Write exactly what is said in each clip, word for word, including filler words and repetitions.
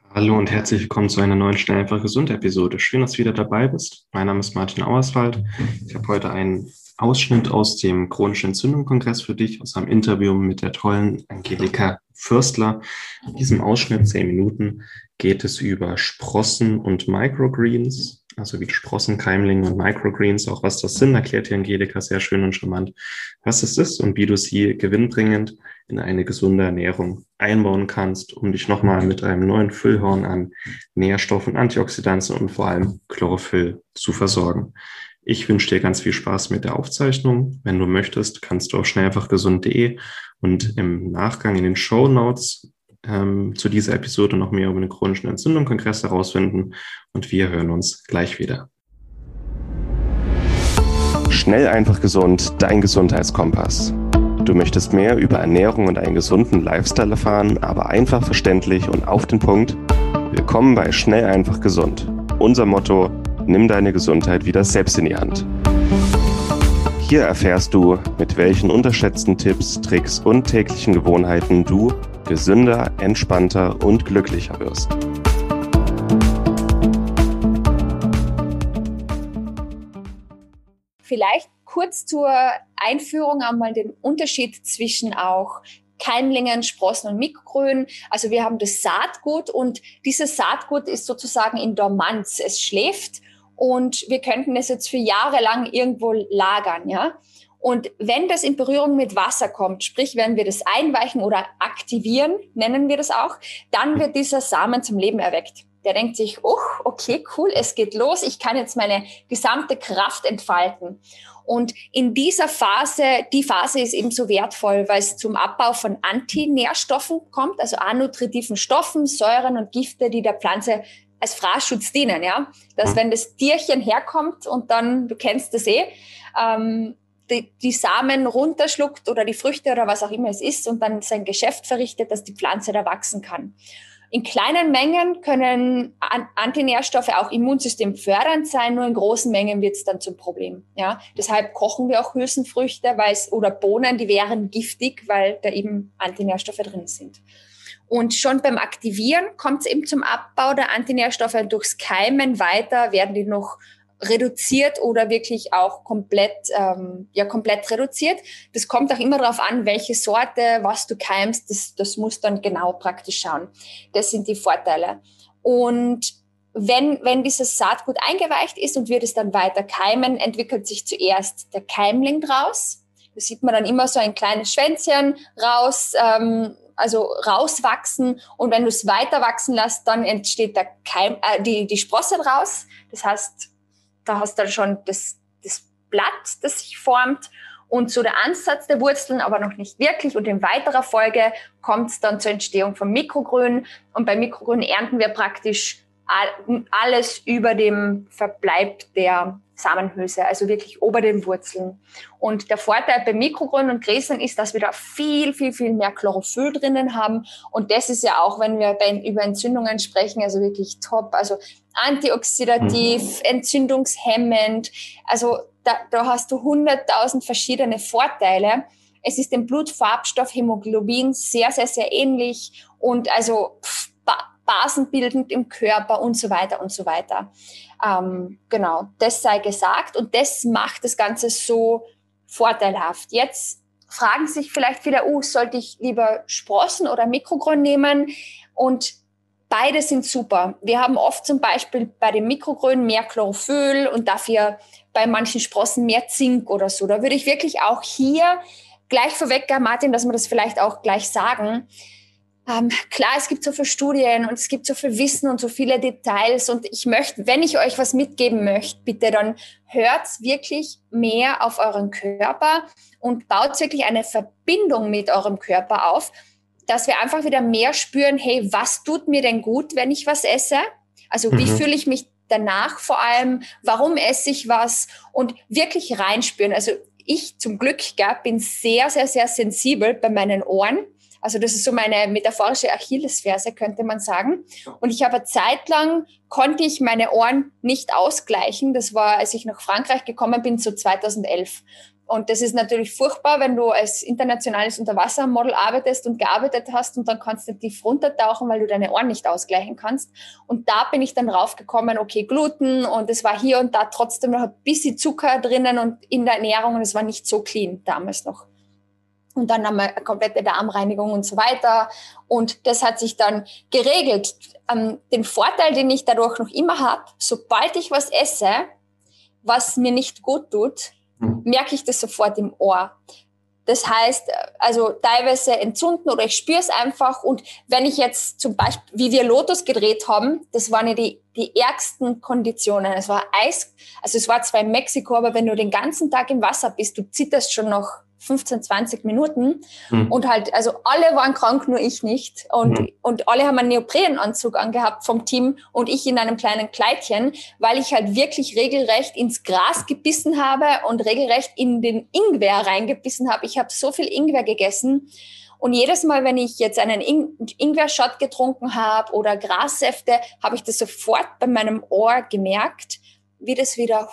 Hallo und herzlich willkommen zu einer neuen Schnell einfach gesund Episode. Schön, dass du wieder dabei bist. Mein Name ist Martin Auerswald. Ich habe heute einen Ausschnitt aus dem chronischen Entzündung-Kongress für dich, aus einem Interview mit der tollen Angelika Fürstler. In diesem Ausschnitt, zehn Minuten, geht es über Sprossen und Microgreens, also wie Sprossen, Keimlinge und Microgreens. Auch was das sind, erklärt hier Angelika sehr schön und charmant, was es ist und wie du sie gewinnbringend in eine gesunde Ernährung einbauen kannst, um dich nochmal mit einem neuen Füllhorn an Nährstoffen, Antioxidantien und vor allem Chlorophyll zu versorgen. Ich wünsche dir ganz viel Spaß mit der Aufzeichnung. Wenn du möchtest, kannst du auf schnell einfach gesund punkt de und im Nachgang in den Shownotes ähm, zu dieser Episode noch mehr über den chronischen Entzündung-Kongress herausfinden und wir hören uns gleich wieder. Schnell einfach gesund, dein Gesundheitskompass. Du möchtest mehr über Ernährung und einen gesunden Lifestyle erfahren, aber einfach verständlich und auf den Punkt? Willkommen bei Schnell einfach gesund. Unser Motto: Nimm deine Gesundheit wieder selbst in die Hand. Hier erfährst du, mit welchen unterschätzten Tipps, Tricks und täglichen Gewohnheiten du gesünder, entspannter und glücklicher wirst. Vielleicht kurz zur Einführung einmal den Unterschied zwischen auch Keimlingen, Sprossen und Mikrogrün. Also wir haben das Saatgut und dieses Saatgut ist sozusagen in Dormanz. Es schläft und wir könnten es jetzt für Jahre lang irgendwo lagern, ja. Und wenn das in Berührung mit Wasser kommt, sprich, wenn wir das einweichen oder aktivieren, nennen wir das auch, dann wird dieser Samen zum Leben erweckt. Der denkt sich, oh, okay, cool, es geht los, ich kann jetzt meine gesamte Kraft entfalten. Und in dieser Phase, die Phase ist eben so wertvoll, weil es zum Abbau von Antinährstoffen kommt, also annutritiven Stoffen, Säuren und Gifte, die der Pflanze als Fraßschutz dienen, ja. Dass wenn das Tierchen herkommt und dann, du kennst das eh, ähm, die, die Samen runterschluckt oder die Früchte oder was auch immer es ist und dann sein Geschäft verrichtet, dass die Pflanze da wachsen kann. In kleinen Mengen können Antinährstoffe auch immunsystemfördernd sein, nur in großen Mengen wird es dann zum Problem. Ja, deshalb kochen wir auch Hülsenfrüchte, weil es, oder Bohnen, die wären giftig, weil da eben Antinährstoffe drin sind. Und schon beim Aktivieren kommt es eben zum Abbau der Antinährstoffe. Durchs Keimen weiter werden die noch reduziert oder wirklich auch komplett, ähm, ja, komplett reduziert. Das kommt auch immer darauf an, welche Sorte, was du keimst, das, das muss dann genau praktisch schauen. Das sind die Vorteile. Und wenn, wenn dieses Saatgut eingeweicht ist und wir das dann weiter keimen, entwickelt sich zuerst der Keimling draus. Da sieht man dann immer so ein kleines Schwänzchen raus, ähm, also rauswachsen. Und wenn du es weiter wachsen lässt, dann entsteht der Keim, äh, die, die Sprosse draus. Das heißt, da hast du dann schon das, das Blatt, das sich formt und so der Ansatz der Wurzeln, aber noch nicht wirklich. Und in weiterer Folge kommt es dann zur Entstehung von Mikrogrün. Und bei Mikrogrün ernten wir praktisch alles über dem Verbleib der Samenhülse, also wirklich ober den Wurzeln. Und der Vorteil bei Mikrogrün und Gräsern ist, dass wir da viel, viel, viel mehr Chlorophyll drinnen haben. Und das ist ja auch, wenn wir bei, über Entzündungen sprechen, also wirklich top. Also antioxidativ, entzündungshemmend. Also da, da hast du hunderttausend verschiedene Vorteile. Es ist dem Blutfarbstoff Hämoglobin sehr, sehr, sehr ähnlich und also pff, basenbildend im Körper und so weiter und so weiter. Ähm, genau, das sei gesagt und das macht das Ganze so vorteilhaft. Jetzt fragen sich vielleicht viele, uh, sollte ich lieber Sprossen oder Mikrogrün nehmen? Und beide sind super. Wir haben oft zum Beispiel bei den Mikrogrün mehr Chlorophyll und dafür bei manchen Sprossen mehr Zink oder so. Da würde ich wirklich auch hier gleich vorweg, Martin, dass wir das vielleicht auch gleich sagen. Ähm, klar, es gibt so viele Studien und es gibt so viel Wissen und so viele Details und ich möchte, wenn ich euch was mitgeben möchte, bitte dann hört wirklich mehr auf euren Körper und baut wirklich eine Verbindung mit eurem Körper auf, dass wir einfach wieder mehr spüren, hey, was tut mir denn gut, wenn ich was esse? Also wie mhm. fühle ich mich danach vor allem? Warum esse ich was? Und wirklich reinspüren. Also ich zum Glück gell, bin sehr, sehr, sehr sensibel bei meinen Ohren. Also das ist so meine metaphorische Achillesferse, könnte man sagen. Und ich habe eine Zeit lang, konnte ich meine Ohren nicht ausgleichen. Das war, als ich nach Frankreich gekommen bin, so zweitausendelf. Und das ist natürlich furchtbar, wenn du als internationales Unterwassermodel arbeitest und gearbeitet hast und dann kannst du tief runtertauchen, weil du deine Ohren nicht ausgleichen kannst. Und da bin ich dann raufgekommen, okay, Gluten, und es war hier und da trotzdem noch ein bisschen Zucker drinnen und in der Ernährung, und es war nicht so clean damals noch. Und dann haben wir eine komplette Darmreinigung und so weiter. Und das hat sich dann geregelt. Ähm, den Vorteil, den ich dadurch noch immer habe, sobald ich was esse, was mir nicht gut tut, merke ich das sofort im Ohr. Das heißt, also teilweise entzünden oder ich spüre es einfach. Und wenn ich jetzt zum Beispiel, wie wir Lotus gedreht haben, das waren ja die, die ärgsten Konditionen. Es war Eis, also es war zwar in Mexiko, aber wenn du den ganzen Tag im Wasser bist, du zitterst schon noch fünfzehn, zwanzig Minuten. Mhm. Und halt, also alle waren krank, nur ich nicht. Und, mhm. und alle haben einen Neoprenanzug angehabt vom Team und ich in einem kleinen Kleidchen, weil ich halt wirklich regelrecht ins Gras gebissen habe und regelrecht in den Ingwer reingebissen habe. Ich habe so viel Ingwer gegessen. Und jedes Mal, wenn ich jetzt einen In- Ingwer-Shot getrunken habe oder Grassäfte, habe ich das sofort bei meinem Ohr gemerkt, wie das wieder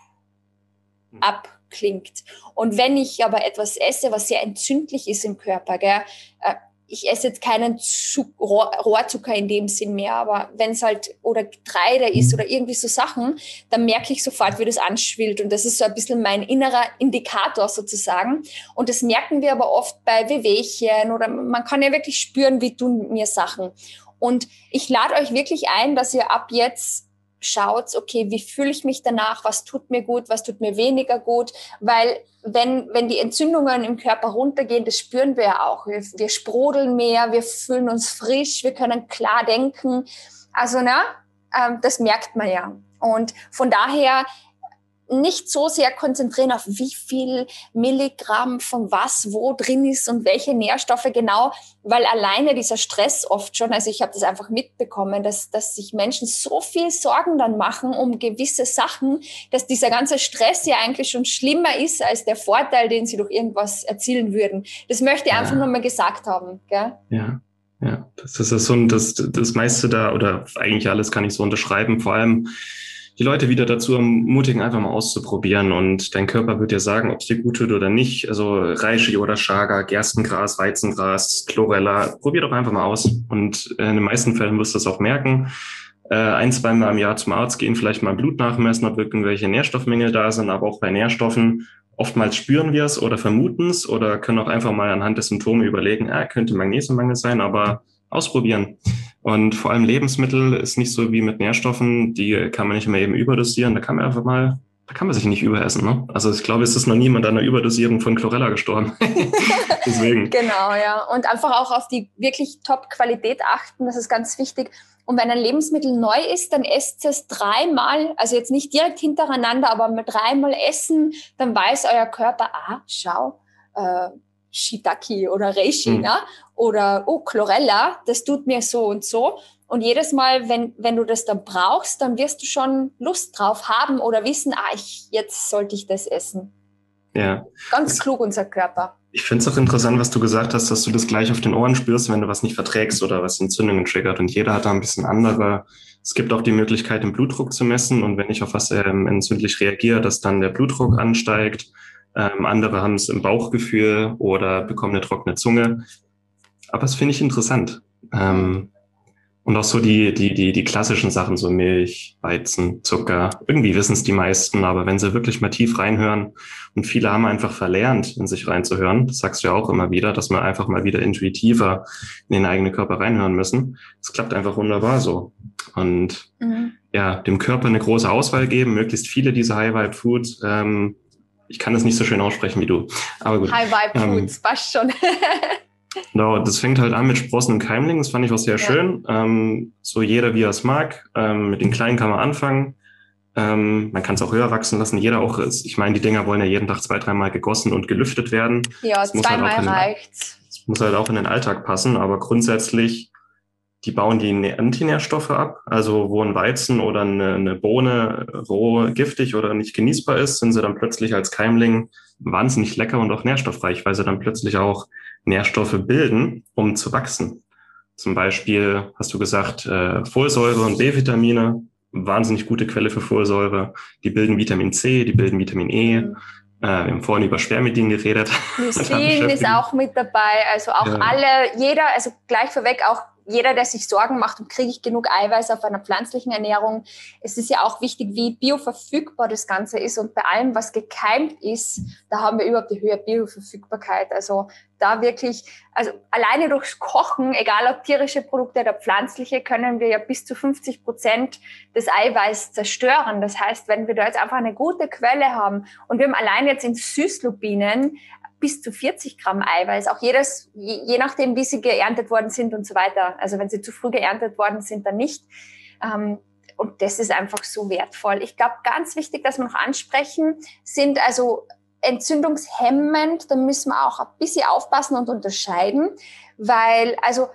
ab klingt. Und wenn ich aber etwas esse, was sehr entzündlich ist im Körper, gell, äh, ich esse jetzt keinen Zuck- Rohr- Rohrzucker in dem Sinn mehr, aber wenn es halt oder Getreide ist oder irgendwie so Sachen, dann merke ich sofort, wie das anschwillt. Und das ist so ein bisschen mein innerer Indikator sozusagen. Und das merken wir aber oft bei Wehwehchen oder man kann ja wirklich spüren, wie tun mir Sachen. Und ich lade euch wirklich ein, dass ihr ab jetzt schaut, okay, wie fühle ich mich danach, was tut mir gut, was tut mir weniger gut, weil wenn, wenn die Entzündungen im Körper runtergehen, das spüren wir ja auch, wir, wir sprudeln mehr, wir fühlen uns frisch, wir können klar denken, also na, ähm, das merkt man ja. Und von daher nicht so sehr konzentrieren auf wie viel Milligramm von was wo drin ist und welche Nährstoffe genau, weil alleine dieser Stress oft schon, also ich habe das einfach mitbekommen, dass, dass sich Menschen so viel Sorgen dann machen um gewisse Sachen, dass dieser ganze Stress ja eigentlich schon schlimmer ist als der Vorteil, den sie durch irgendwas erzielen würden. Das möchte ich einfach ja. nur mal gesagt haben. Gell? Ja. Ja, das ist so ein, das, das meiste da, oder eigentlich alles kann ich so unterschreiben, vor allem die Leute wieder dazu ermutigen, einfach mal auszuprobieren, und dein Körper wird dir sagen, ob es dir gut tut oder nicht. Also Reishi oder Chaga, Gerstengras, Weizengras, Chlorella, probier doch einfach mal aus. Und in den meisten Fällen wirst du es auch merken. Äh, ein, zweimal im Jahr zum Arzt gehen, vielleicht mal Blut nachmessen, ob irgendwelche Nährstoffmängel da sind, aber auch bei Nährstoffen. Oftmals spüren wir es oder vermuten es oder können auch einfach mal anhand der Symptome überlegen, ah, könnte Magnesiummangel sein, aber ausprobieren. Und vor allem Lebensmittel ist nicht so wie mit Nährstoffen, die kann man nicht immer eben überdosieren, da kann man einfach mal, da kann man sich nicht überessen. Ne? Also ich glaube, es ist noch niemand an einer Überdosierung von Chlorella gestorben. Deswegen. Genau, ja. Und einfach auch auf die wirklich Top-Qualität achten, das ist ganz wichtig. Und wenn ein Lebensmittel neu ist, dann esst es dreimal, also jetzt nicht direkt hintereinander, aber mit dreimal essen, dann weiß euer Körper, ah, schau, äh, Shiitake oder Reishi, mhm. ne? Oder oh, Chlorella, das tut mir so und so. Und jedes Mal, wenn, wenn du das dann brauchst, dann wirst du schon Lust drauf haben oder wissen, ah, ich, jetzt sollte ich das essen. Ja. Ganz klug, unser Körper. Ich finde es auch interessant, was du gesagt hast, dass du das gleich auf den Ohren spürst, wenn du was nicht verträgst oder was Entzündungen triggert. Und jeder hat da ein bisschen andere. Es gibt auch die Möglichkeit, den Blutdruck zu messen. Und wenn ich auf was ähm, entzündlich reagiere, dass dann der Blutdruck ansteigt. Ähm, andere haben es im Bauchgefühl oder bekommen eine trockene Zunge. Aber das finde ich interessant. Ähm, und auch so die, die, die, die klassischen Sachen, so Milch, Weizen, Zucker. Irgendwie wissen es die meisten, aber wenn sie wirklich mal tief reinhören, und viele haben einfach verlernt, in sich reinzuhören, das sagst du ja auch immer wieder, dass wir einfach mal wieder intuitiver in den eigenen Körper reinhören müssen. Das klappt einfach wunderbar so. Und mhm. ja, dem Körper eine große Auswahl geben, möglichst viele dieser High-Vibe-Foods. Ähm, ich kann das nicht so schön aussprechen wie du, aber gut. High-Vibe-Foods, ähm, passt schon. Genau, das fängt halt an mit Sprossen und Keimlingen, das fand ich auch sehr ja. schön. Ähm, so jeder, wie er es mag. Ähm, mit den Kleinen kann man anfangen. Ähm, man kann es auch höher wachsen lassen. Jeder auch ist, ich meine, die Dinger wollen ja jeden Tag zwei, dreimal gegossen und gelüftet werden. Ja, das zweimal halt reicht. Das muss halt auch in den Alltag passen, aber grundsätzlich, die bauen die Antinährstoffe ab. Also wo ein Weizen oder eine, eine Bohne roh giftig oder nicht genießbar ist, sind sie dann plötzlich als Keimling wahnsinnig lecker und auch nährstoffreich, weil sie dann plötzlich auch Nährstoffe bilden, um zu wachsen. Zum Beispiel hast du gesagt, äh, Folsäure und B-Vitamine, wahnsinnig gute Quelle für Folsäure. Die bilden Vitamin C, die bilden Vitamin E. Äh, wir haben vorhin über Spermidin geredet. Lysin ist auch mit dabei. Also auch ja. alle, jeder, also gleich vorweg auch jeder, der sich Sorgen macht, und kriege ich genug Eiweiß auf einer pflanzlichen Ernährung. Es ist ja auch wichtig, wie bioverfügbar das Ganze ist. Und bei allem, was gekeimt ist, da haben wir überhaupt die höhere Bioverfügbarkeit. Also da wirklich, also alleine durchs Kochen, egal ob tierische Produkte oder pflanzliche, können wir ja bis zu fünfzig Prozent des Eiweiß zerstören. Das heißt, wenn wir da jetzt einfach eine gute Quelle haben und wir haben allein jetzt in Süßlupinen bis zu vierzig Gramm Eiweiß, auch jedes, je, je nachdem, wie sie geerntet worden sind und so weiter. Also wenn sie zu früh geerntet worden sind, dann nicht. Ähm, und das ist einfach so wertvoll. Ich glaube, ganz wichtig, dass wir noch ansprechen, sind also entzündungshemmend. Da müssen wir auch ein bisschen aufpassen und unterscheiden, weil also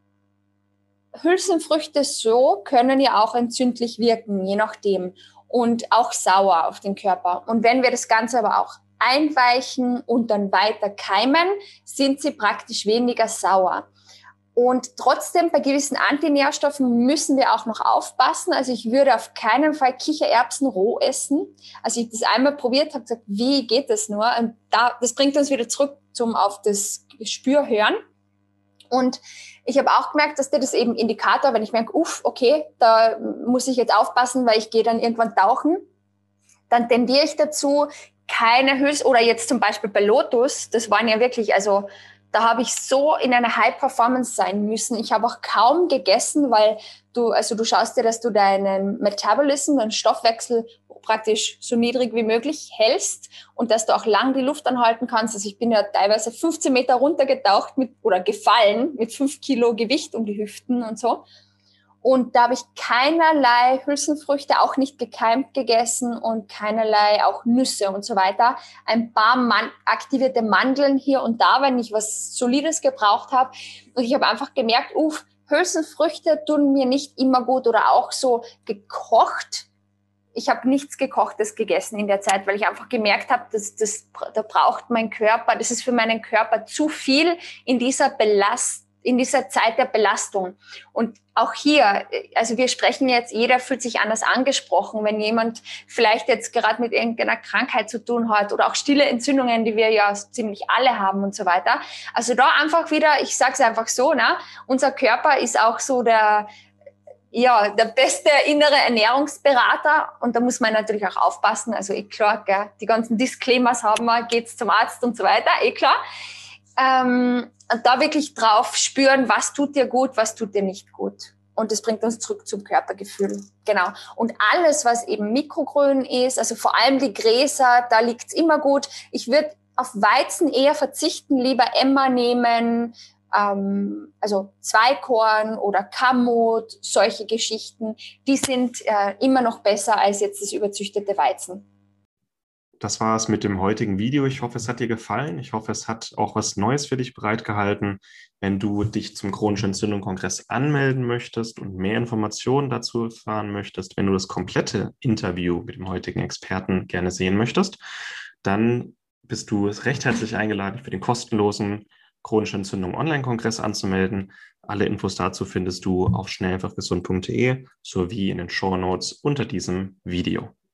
Hülsenfrüchte so können ja auch entzündlich wirken, je nachdem. Und auch sauer auf den Körper. Und wenn wir das Ganze aber auch einweichen und dann weiter keimen, sind sie praktisch weniger sauer. Und trotzdem, bei gewissen Antinährstoffen müssen wir auch noch aufpassen. Also ich würde auf keinen Fall Kichererbsen roh essen. Also ich das einmal probiert habe, gesagt, wie geht das nur? Und da, das bringt uns wieder zurück zum auf das Gespür hören. Und ich habe auch gemerkt, dass der das eben Indikator, wenn ich merke, uff, okay, da muss ich jetzt aufpassen, weil ich gehe dann irgendwann tauchen, dann tendiere ich dazu, keine Hülsen, oder jetzt zum Beispiel bei Lotus, das waren ja wirklich, also da habe ich so in einer High-Performance sein müssen. Ich habe auch kaum gegessen, weil du, also du schaust dir, dass du deinen Metabolism, deinen Stoffwechsel praktisch so niedrig wie möglich hältst und dass du auch lang die Luft anhalten kannst. Also ich bin ja teilweise fünfzehn Meter runtergetaucht mit, oder gefallen mit fünf Kilo Gewicht um die Hüften und so. Und da habe ich keinerlei Hülsenfrüchte, auch nicht gekeimt gegessen und keinerlei auch Nüsse und so weiter. Ein paar Man- aktivierte Mandeln hier und da, wenn ich was Solides gebraucht habe. Und ich habe einfach gemerkt, uff, Hülsenfrüchte tun mir nicht immer gut, oder auch so gekocht. Ich habe nichts Gekochtes gegessen in der Zeit, weil ich einfach gemerkt habe, dass das, da braucht mein Körper, das ist für meinen Körper zu viel in dieser Belastung, in dieser Zeit der Belastung. Und auch hier, also wir sprechen jetzt, jeder fühlt sich anders angesprochen, wenn jemand vielleicht jetzt gerade mit irgendeiner Krankheit zu tun hat oder auch stille Entzündungen, die wir ja ziemlich alle haben und so weiter. Also da einfach wieder, ich sage es einfach so, ne, unser Körper ist auch so der, ja, der beste innere Ernährungsberater, und da muss man natürlich auch aufpassen, also eh klar, gell, die ganzen Disclaimers haben wir, geht's zum Arzt und so weiter, eh klar. Ähm, da wirklich drauf spüren, was tut dir gut, was tut dir nicht gut. Und das bringt uns zurück zum Körpergefühl. Genau. Und alles, was eben Mikrogrün ist, also vor allem die Gräser, da liegt's immer gut. Ich würde auf Weizen eher verzichten, lieber Emmer nehmen, ähm, also Zweikorn oder Kamut, solche Geschichten. Die sind äh, immer noch besser als jetzt das überzüchtete Weizen. Das war es mit dem heutigen Video. Ich hoffe, es hat dir gefallen. Ich hoffe, es hat auch was Neues für dich bereitgehalten. Wenn du dich zum Chronischen Entzündung-Kongress anmelden möchtest und mehr Informationen dazu erfahren möchtest, wenn du das komplette Interview mit dem heutigen Experten gerne sehen möchtest, dann bist du recht herzlich eingeladen, für den kostenlosen Chronische Entzündung Online-Kongress anzumelden. Alle Infos dazu findest du auf schnell einfach gesund punkt de sowie in den Shownotes unter diesem Video.